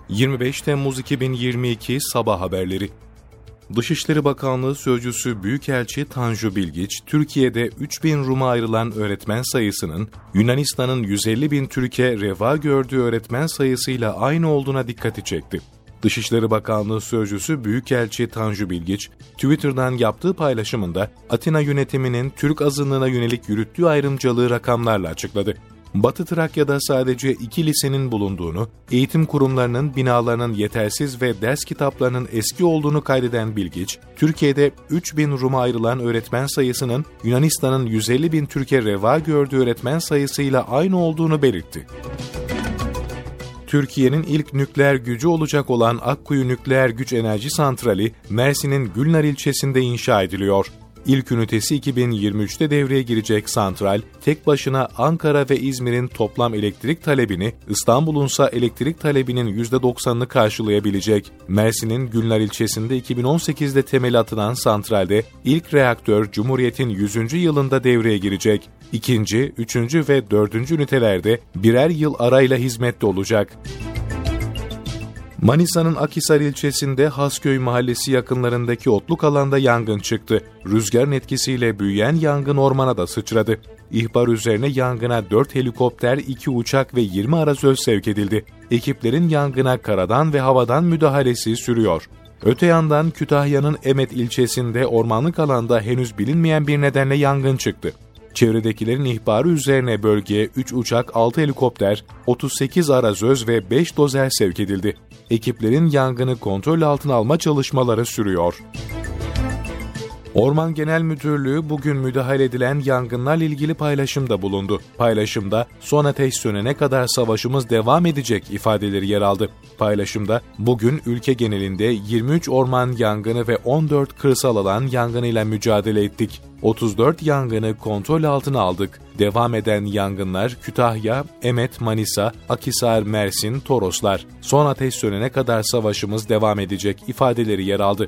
25 Temmuz 2022 Sabah haberleri. Dışişleri Bakanlığı Sözcüsü Büyükelçi Tanju Bilgiç, Türkiye'de 3.000 Rum'a ayrılan öğretmen sayısının Yunanistan'ın 150.000 Türk'e reva gördüğü öğretmen sayısıyla aynı olduğuna dikkati çekti. Dışişleri Bakanlığı Sözcüsü Büyükelçi Tanju Bilgiç, Twitter'dan yaptığı paylaşımında Atina yönetiminin Türk azınlığına yönelik yürüttüğü ayrımcılığı rakamlarla açıkladı. Batı Trakya'da sadece 2 lisenin bulunduğunu, eğitim kurumlarının binalarının yetersiz ve ders kitaplarının eski olduğunu kaydeden Bilgiç, Türkiye'de 3.000 Rum'a ayrılan öğretmen sayısının Yunanistan'ın 150.000 Türk'e reva gördüğü öğretmen sayısıyla aynı olduğunu belirtti. Türkiye'nin ilk nükleer gücü olacak olan Akkuyu Nükleer Güç Enerji Santrali, Mersin'in Gülnar ilçesinde inşa ediliyor. İlk ünitesi 2023'te devreye girecek santral, tek başına Ankara ve İzmir'in toplam elektrik talebini, İstanbul'unsa elektrik talebinin %90'ını karşılayabilecek. Mersin'in Gülnar ilçesinde 2018'de temeli atılan santralde ilk reaktör Cumhuriyet'in 100. yılında devreye girecek. İkinci, üçüncü ve dördüncü ünitelerde birer yıl arayla hizmette olacak. Manisa'nın Akhisar ilçesinde Hasköy mahallesi yakınlarındaki otluk alanda yangın çıktı. Rüzgarın etkisiyle büyüyen yangın ormana da sıçradı. İhbar üzerine yangına 4 helikopter, 2 uçak ve 20 arazöz sevk edildi. Ekiplerin yangına karadan ve havadan müdahalesi sürüyor. Öte yandan Kütahya'nın Emet ilçesinde ormanlık alanda henüz bilinmeyen bir nedenle yangın çıktı. Çevredekilerin ihbarı üzerine bölgeye 3 uçak, 6 helikopter, 38 arazöz ve 5 dozer sevk edildi. Ekiplerin yangını kontrol altına alma çalışmaları sürüyor. Orman Genel Müdürlüğü bugün müdahale edilen yangınlarla ilgili paylaşımda bulundu. Paylaşımda son ateş sönene kadar savaşımız devam edecek ifadeleri yer aldı. Paylaşımda bugün ülke genelinde 23 orman yangını ve 14 kırsal alan yangınıyla mücadele ettik. 34 yangını kontrol altına aldık. Devam eden yangınlar Kütahya, Emet, Manisa, Akhisar, Mersin, Toroslar. Son ateş sönene kadar savaşımız devam edecek ifadeleri yer aldı.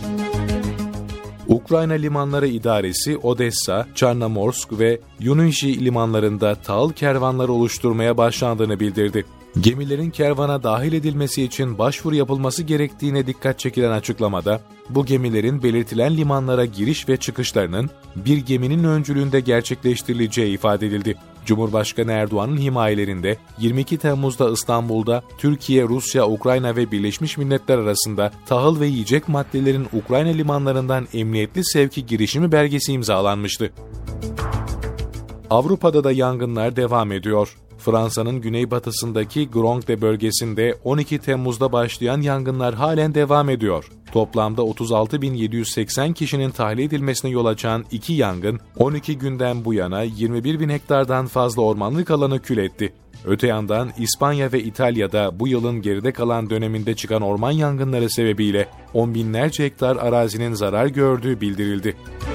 Ukrayna Limanları İdaresi, Odessa, Çarnomorsk ve Yunonji limanlarında tahıl kervanları oluşturmaya başlandığını bildirdi. Gemilerin kervana dahil edilmesi için başvuru yapılması gerektiğine dikkat çekilen açıklamada, bu gemilerin belirtilen limanlara giriş ve çıkışlarının bir geminin öncülüğünde gerçekleştirileceği ifade edildi. Cumhurbaşkanı Erdoğan'ın himayelerinde 22 Temmuz'da İstanbul'da Türkiye, Rusya, Ukrayna ve Birleşmiş Milletler arasında tahıl ve yiyecek maddelerin Ukrayna limanlarından emniyetli sevki girişimi belgesi imzalanmıştı. Avrupa'da da yangınlar devam ediyor. Fransa'nın güneybatısındaki Gronde bölgesinde 12 Temmuz'da başlayan yangınlar halen devam ediyor. Toplamda 36.780 kişinin tahliye edilmesine yol açan 2 yangın, 12 günden bu yana 21.000 hektardan fazla ormanlık alanı kül etti. Öte yandan İspanya ve İtalya'da bu yılın geride kalan döneminde çıkan orman yangınları sebebiyle on binlerce hektar arazinin zarar gördüğü bildirildi.